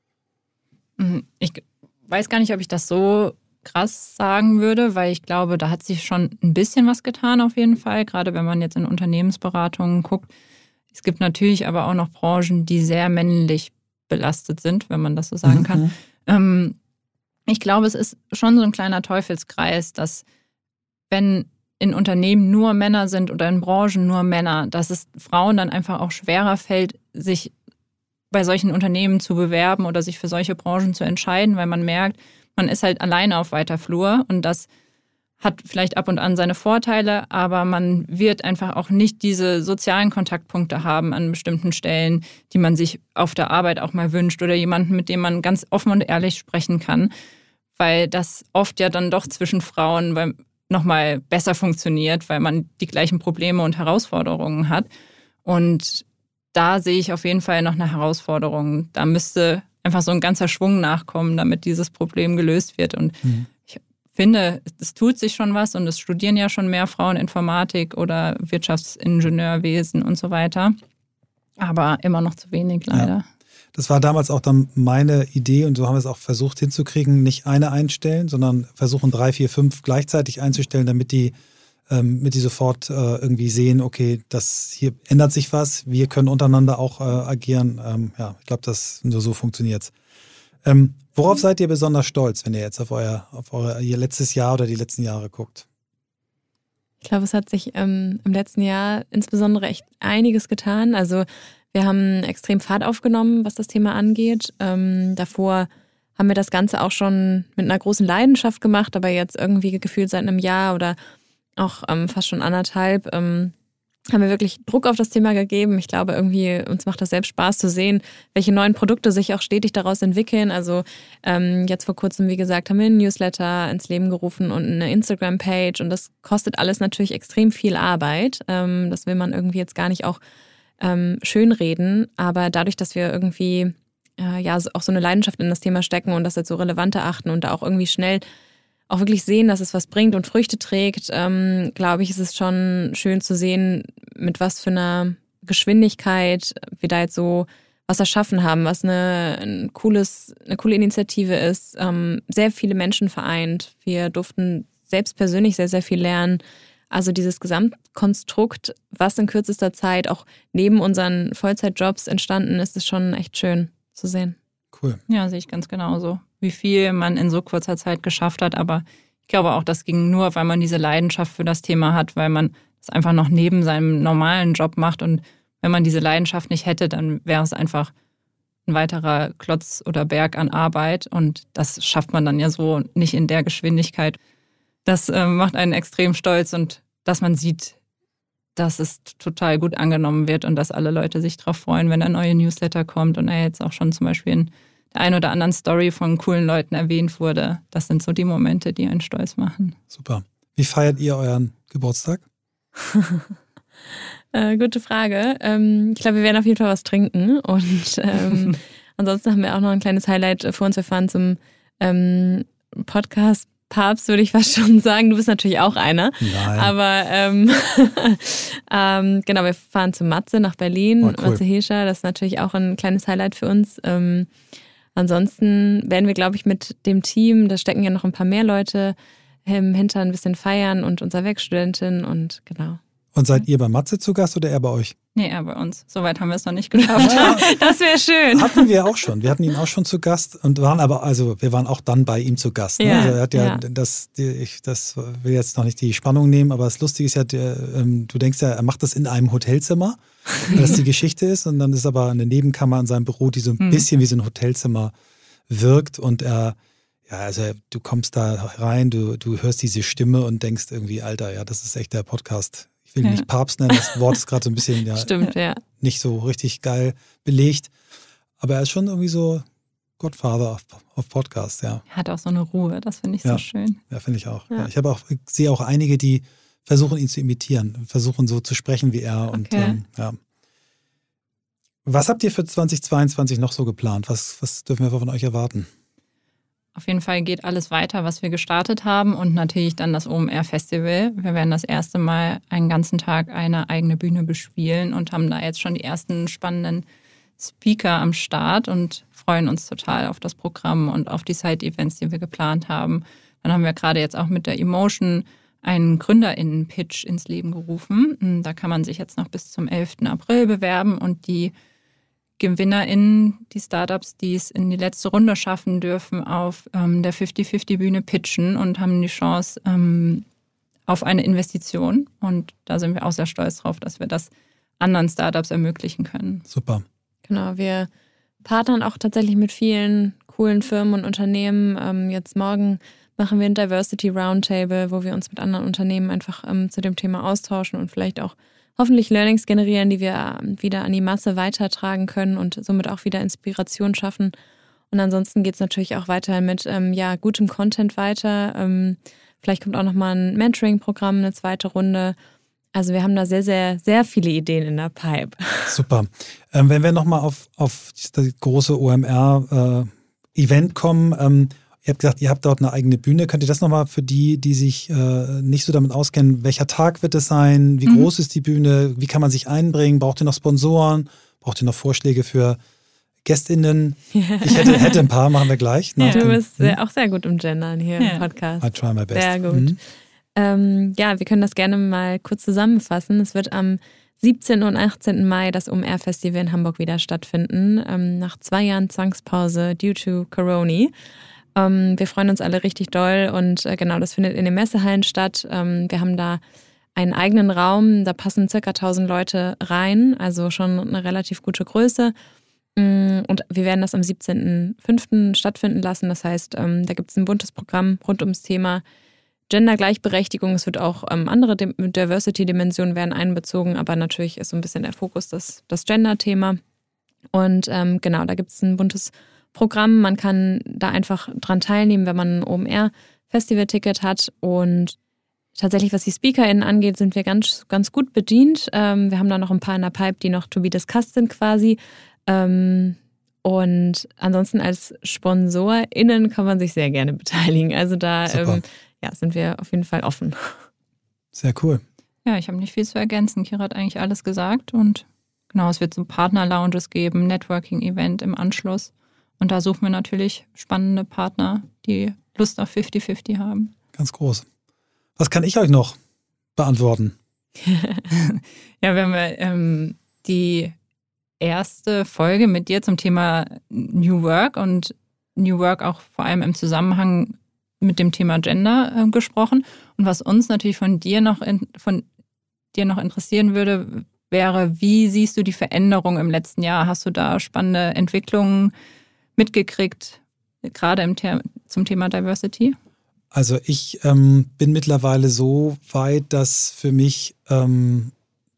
Ich weiß gar nicht, ob ich das so krass sagen würde, weil ich glaube, da hat sich schon ein bisschen was getan auf jeden Fall, gerade wenn man jetzt in Unternehmensberatungen guckt. Es gibt natürlich aber auch noch Branchen, die sehr männlich belastet sind, wenn man das so sagen kann. Mhm. Ähm, ich glaube, es ist schon so ein kleiner Teufelskreis, dass wenn in Unternehmen nur Männer sind oder in Branchen nur Männer, dass es Frauen dann einfach auch schwerer fällt, sich bei solchen Unternehmen zu bewerben oder sich für solche Branchen zu entscheiden, weil man merkt, man ist halt alleine auf weiter Flur und das hat vielleicht ab und an seine Vorteile, aber man wird einfach auch nicht diese sozialen Kontaktpunkte haben an bestimmten Stellen, die man sich auf der Arbeit auch mal wünscht oder jemanden, mit dem man ganz offen und ehrlich sprechen kann, weil das oft ja dann doch zwischen Frauen nochmal besser funktioniert, weil man die gleichen Probleme und Herausforderungen hat. Und da sehe ich auf jeden Fall noch eine Herausforderung. Da müsste einfach so ein ganzer Schwung nachkommen, damit dieses Problem gelöst wird. Und mhm. ich finde, es tut sich schon was und es studieren ja schon mehr Frauen Informatik oder Wirtschaftsingenieurwesen und so weiter. Aber immer noch zu wenig leider. Ja. Das war damals auch dann meine Idee und so haben wir es auch versucht hinzukriegen, nicht eine einstellen, sondern versuchen drei, vier, fünf gleichzeitig einzustellen, damit die ähm, mit die sofort äh, irgendwie sehen, okay, das hier ändert sich was, wir können untereinander auch äh, agieren. Ähm, ja, ich glaube, das nur so funktioniert es. Ähm, worauf seid ihr besonders stolz, wenn ihr jetzt auf euer, auf euer ihr letztes Jahr oder die letzten Jahre guckt? Ich glaube, es hat sich ähm, im letzten Jahr insbesondere echt einiges getan. Also wir haben extrem Fahrt aufgenommen, was das Thema angeht. Ähm, davor haben wir das Ganze auch schon mit einer großen Leidenschaft gemacht, aber jetzt irgendwie gefühlt seit einem Jahr oder auch ähm, fast schon anderthalb, ähm, haben wir wirklich Druck auf das Thema gegeben. Ich glaube, irgendwie uns macht das selbst Spaß zu sehen, welche neuen Produkte sich auch stetig daraus entwickeln. Also ähm, jetzt vor kurzem, wie gesagt, haben wir einen Newsletter ins Leben gerufen und eine Instagram-Page. Und das kostet alles natürlich extrem viel Arbeit. Ähm, das will man irgendwie jetzt gar nicht auch ähm, schönreden. Aber dadurch, dass wir irgendwie äh, ja auch so eine Leidenschaft in das Thema stecken und das als so relevant erachten und da auch irgendwie schnell auch wirklich sehen, dass es was bringt und Früchte trägt, ähm, glaube ich, ist es schon schön zu sehen, mit was für einer Geschwindigkeit wir da jetzt so was erschaffen haben, was eine, ein cooles, eine coole Initiative ist, ähm, sehr viele Menschen vereint. Wir durften selbst persönlich sehr, sehr viel lernen. Also dieses Gesamtkonstrukt, was in kürzester Zeit auch neben unseren Vollzeitjobs entstanden ist, ist schon echt schön zu sehen. Cool. Ja, sehe ich ganz genauso. Wie viel man in so kurzer Zeit geschafft hat. Aber ich glaube auch, das ging nur, weil man diese Leidenschaft für das Thema hat, weil man es einfach noch neben seinem normalen Job macht. Und wenn man diese Leidenschaft nicht hätte, dann wäre es einfach ein weiterer Klotz oder Berg an Arbeit. Und das schafft man dann ja so nicht in der Geschwindigkeit. Das äh, macht einen extrem stolz und dass man sieht, dass es total gut angenommen wird und dass alle Leute sich darauf freuen, wenn ein neuer Newsletter kommt und er jetzt auch schon zum Beispiel in der einen oder anderen Story von coolen Leuten erwähnt wurde. Das sind so die Momente, die einen stolz machen. Super. Wie feiert ihr euren Geburtstag? äh, gute Frage. Ähm, ich glaube, wir werden auf jeden Fall was trinken und ähm, ansonsten haben wir auch noch ein kleines Highlight vor uns. Wir fahren zum ähm, Podcast Papst, würde ich fast schon sagen. Du bist natürlich auch einer. Nein. Aber ähm, ähm, genau, wir fahren zu Matze nach Berlin. Oh, cool. Matze Hilscher, das ist natürlich auch ein kleines Highlight für uns. Ähm, ansonsten werden wir, glaube ich, mit dem Team, da stecken ja noch ein paar mehr Leute ähm, hinter, ein bisschen feiern und unserer Werkstudentin und genau. Und seid ihr bei Matze zu Gast oder er bei euch? Nee, er bei uns. Soweit haben wir es noch nicht geschafft. Das wäre schön. Hatten wir auch schon. Wir hatten ihn auch schon zu Gast und waren aber, also wir waren auch dann bei ihm zu Gast. Ne? Ja, also er hat ja, ja. das, die, ich, das will jetzt noch nicht die Spannung nehmen, aber das Lustige ist ja, der, ähm, du denkst ja, er macht das in einem Hotelzimmer, weil das die Geschichte ist und dann ist aber eine Nebenkammer in seinem Büro, die so ein Mhm. bisschen wie so ein Hotelzimmer wirkt und er, ja, also du kommst da rein, du, du hörst diese Stimme und denkst irgendwie, Alter, ja, das ist echt der Podcast. Ich will ihn Ja. nicht Papst nennen, das Wort ist gerade so ein bisschen ja, Stimmt, ja. nicht so richtig geil belegt. Aber er ist schon irgendwie so Godfather auf, auf Podcast, ja. Er hat auch so eine Ruhe, das finde ich Ja. so schön. Ja, finde ich auch. Ja. Ja, ich habe auch, ich sehe auch einige, die versuchen, ihn zu imitieren, versuchen so zu sprechen wie er. Und Okay. ähm, ja. Was habt ihr für zweitausendzweiundzwanzig noch so geplant? Was, was dürfen wir von euch erwarten? Auf jeden Fall geht alles weiter, was wir gestartet haben und natürlich dann das O M R-Festival. Wir werden das erste Mal einen ganzen Tag eine eigene Bühne bespielen und haben da jetzt schon die ersten spannenden Speaker am Start und freuen uns total auf das Programm und auf die Side-Events, die wir geplant haben. Dann haben wir gerade jetzt auch mit der Emotion einen GründerInnen-Pitch ins Leben gerufen. Da kann man sich jetzt noch bis zum elften April bewerben und die GewinnerInnen, die Startups, die es in die letzte Runde schaffen, dürfen auf ähm, der fünfzig fünfzig Bühne pitchen und haben die Chance ähm, auf eine Investition. Und da sind wir auch sehr stolz drauf, dass wir das anderen Startups ermöglichen können. Super. Genau, wir partnern auch tatsächlich mit vielen coolen Firmen und Unternehmen. Ähm, jetzt morgen machen wir ein Diversity Roundtable, wo wir uns mit anderen Unternehmen einfach ähm, zu dem Thema austauschen und vielleicht auch hoffentlich Learnings generieren, die wir wieder an die Masse weitertragen können und somit auch wieder Inspiration schaffen. Und ansonsten geht es natürlich auch weiter mit ähm, ja, gutem Content weiter. Ähm, vielleicht kommt auch nochmal ein Mentoring-Programm, eine zweite Runde. Also wir haben da sehr, sehr, sehr viele Ideen in der Pipe. Super. Ähm, wenn wir nochmal auf, auf das große O M R-Event kommen, ähm, ihr habt gesagt, ihr habt dort eine eigene Bühne. Könnt ihr das nochmal für die, die sich äh, nicht so damit auskennen, welcher Tag wird es sein? Wie mhm. groß ist die Bühne? Wie kann man sich einbringen? Braucht ihr noch Sponsoren? Braucht ihr noch Vorschläge für GästInnen? Ich hätte, hätte ein paar, machen wir gleich. Ja, dem, du bist hm? sehr, auch sehr gut im Gendern hier Ja. im Podcast. I try my best. Sehr gut. Mhm. Ähm, ja, wir können das gerne mal kurz zusammenfassen. Es wird am siebzehnten und achtzehnten Mai das O M R-Festival in Hamburg wieder stattfinden, ähm, nach zwei Jahren Zwangspause due to Corona. Ähm, wir freuen uns alle richtig doll und äh, genau, das findet in den Messehallen statt. Ähm, wir haben da einen eigenen Raum, da passen circa tausend Leute rein, also schon eine relativ gute Größe. Und wir werden das am siebzehnten fünften stattfinden lassen. Das heißt, ähm, da gibt es ein buntes Programm rund ums Thema Gender-Gleichberechtigung, es wird auch ähm, andere Diversity-Dimensionen werden einbezogen, aber natürlich ist so ein bisschen der Fokus das, das Gender-Thema. Und ähm, genau, da gibt es ein buntes Programm. Man kann da einfach dran teilnehmen, wenn man ein O M R-Festival-Ticket hat. Und tatsächlich, was die SpeakerInnen angeht, sind wir ganz, ganz gut bedient. Ähm, wir haben da noch ein paar in der Pipe, die noch to be discussed sind quasi. Ähm, und ansonsten als SponsorInnen kann man sich sehr gerne beteiligen. Also da ähm, ja, sind wir auf jeden Fall offen. Sehr cool. Ja, ich habe nicht viel zu ergänzen. Kira hat eigentlich alles gesagt. Und genau, es wird so Partner-Lounges geben, Networking-Event im Anschluss. Und da suchen wir natürlich spannende Partner, die Lust auf fifty fifty haben. Ganz groß. Was kann ich euch noch beantworten? Ja, wenn wir ähm, die erste Folge mit dir zum Thema New Work und New Work auch vor allem im Zusammenhang mit dem Thema Gender äh, gesprochen. Und was uns natürlich von dir noch in, von dir noch interessieren würde, wäre, wie siehst du die Veränderung im letzten Jahr? Hast du da spannende Entwicklungen mitgekriegt, gerade im The- zum Thema Diversity? Also ich ähm, bin mittlerweile so weit, dass für mich ähm,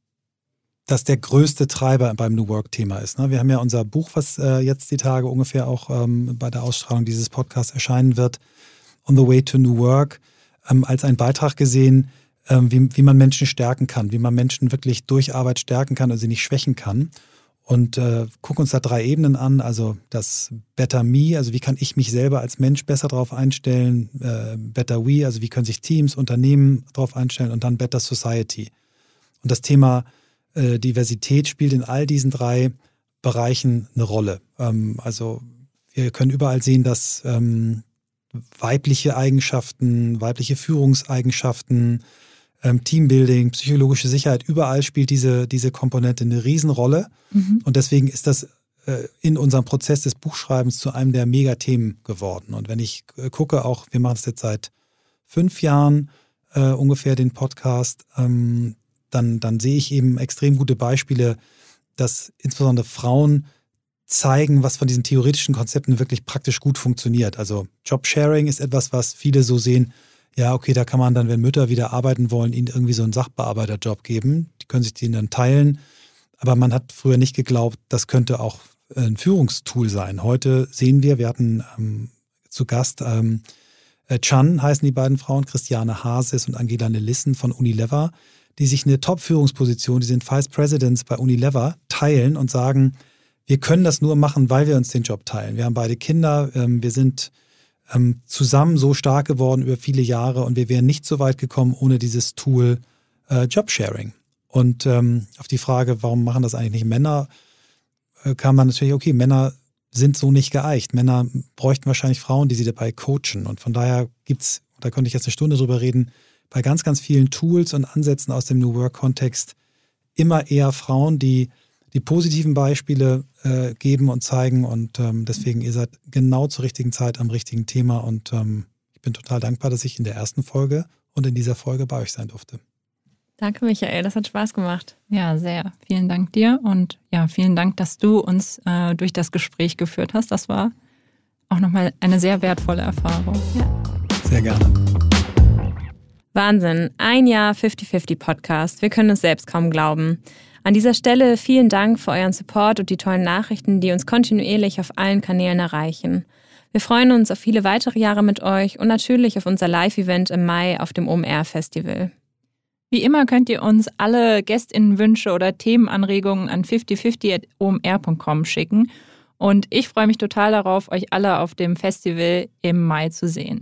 das der größte Treiber beim New Work-Thema ist. Ne? Wir haben ja unser Buch, was äh, jetzt die Tage ungefähr auch ähm, bei der Ausstrahlung dieses Podcasts erscheinen wird, On the Way to New Work, ähm, als einen Beitrag gesehen, ähm, wie, wie man Menschen stärken kann, wie man Menschen wirklich durch Arbeit stärken kann und sie nicht schwächen kann. Und äh, gucken uns da drei Ebenen an, also das Better Me, also wie kann ich mich selber als Mensch besser darauf einstellen, äh, Better We, also wie können sich Teams, Unternehmen darauf einstellen und dann Better Society. Und das Thema äh, Diversität spielt in all diesen drei Bereichen eine Rolle. Ähm, also wir können überall sehen, dass ähm, weibliche Eigenschaften, weibliche Führungseigenschaften, ähm, Teambuilding, psychologische Sicherheit, überall spielt diese, diese Komponente eine Riesenrolle. Mhm. Und deswegen ist das äh, in unserem Prozess des Buchschreibens zu einem der Megathemen geworden. Und wenn ich äh, gucke, auch wir machen es jetzt seit fünf Jahren äh, ungefähr den Podcast, ähm, dann, dann sehe ich eben extrem gute Beispiele, dass insbesondere Frauen zeigen, was von diesen theoretischen Konzepten wirklich praktisch gut funktioniert. Also Jobsharing ist etwas, was viele so sehen, ja, okay, da kann man dann, wenn Mütter wieder arbeiten wollen, ihnen irgendwie so einen Sachbearbeiterjob geben. Die können sich den dann teilen. Aber man hat früher nicht geglaubt, das könnte auch ein Führungstool sein. Heute sehen wir, wir hatten ähm, zu Gast ähm, Chan, heißen die beiden Frauen, Christiane Hases und Angela Nelissen von Unilever, die sich eine Top-Führungsposition, die sind Vice Presidents bei Unilever, teilen und sagen, wir können das nur machen, weil wir uns den Job teilen. Wir haben beide Kinder, ähm, wir sind ähm, zusammen so stark geworden über viele Jahre und wir wären nicht so weit gekommen ohne dieses Tool äh, Jobsharing. Und ähm, auf die Frage, warum machen das eigentlich nicht Männer, äh, kam dann natürlich, okay, Männer sind so nicht geeicht. Männer bräuchten wahrscheinlich Frauen, die sie dabei coachen. Und von daher gibt's, da könnte ich jetzt eine Stunde drüber reden, bei ganz, ganz vielen Tools und Ansätzen aus dem New Work-Kontext immer eher Frauen, die die positiven Beispiele äh, geben und zeigen. Und ähm, deswegen, ihr seid genau zur richtigen Zeit am richtigen Thema. Und ähm, ich bin total dankbar, dass ich in der ersten Folge und in dieser Folge bei euch sein durfte. Danke, Michael. Das hat Spaß gemacht. Ja, sehr. Vielen Dank dir. Und ja, vielen Dank, dass du uns äh, durch das Gespräch geführt hast. Das war auch nochmal eine sehr wertvolle Erfahrung. Ja. Sehr gerne. Wahnsinn. Ein Jahr fifty fifty Podcast. Wir können es selbst kaum glauben. An dieser Stelle vielen Dank für euren Support und die tollen Nachrichten, die uns kontinuierlich auf allen Kanälen erreichen. Wir freuen uns auf viele weitere Jahre mit euch und natürlich auf unser Live-Event im Mai auf dem O M R-Festival. Wie immer könnt ihr uns alle GästInnenwünsche oder Themenanregungen an fifty fifty at o m r punkt com schicken. Und ich freue mich total darauf, euch alle auf dem Festival im Mai zu sehen.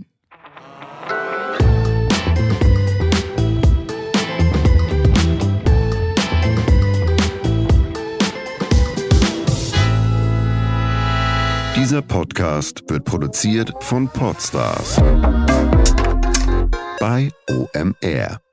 Dieser Podcast wird produziert von Podstars bei O M R.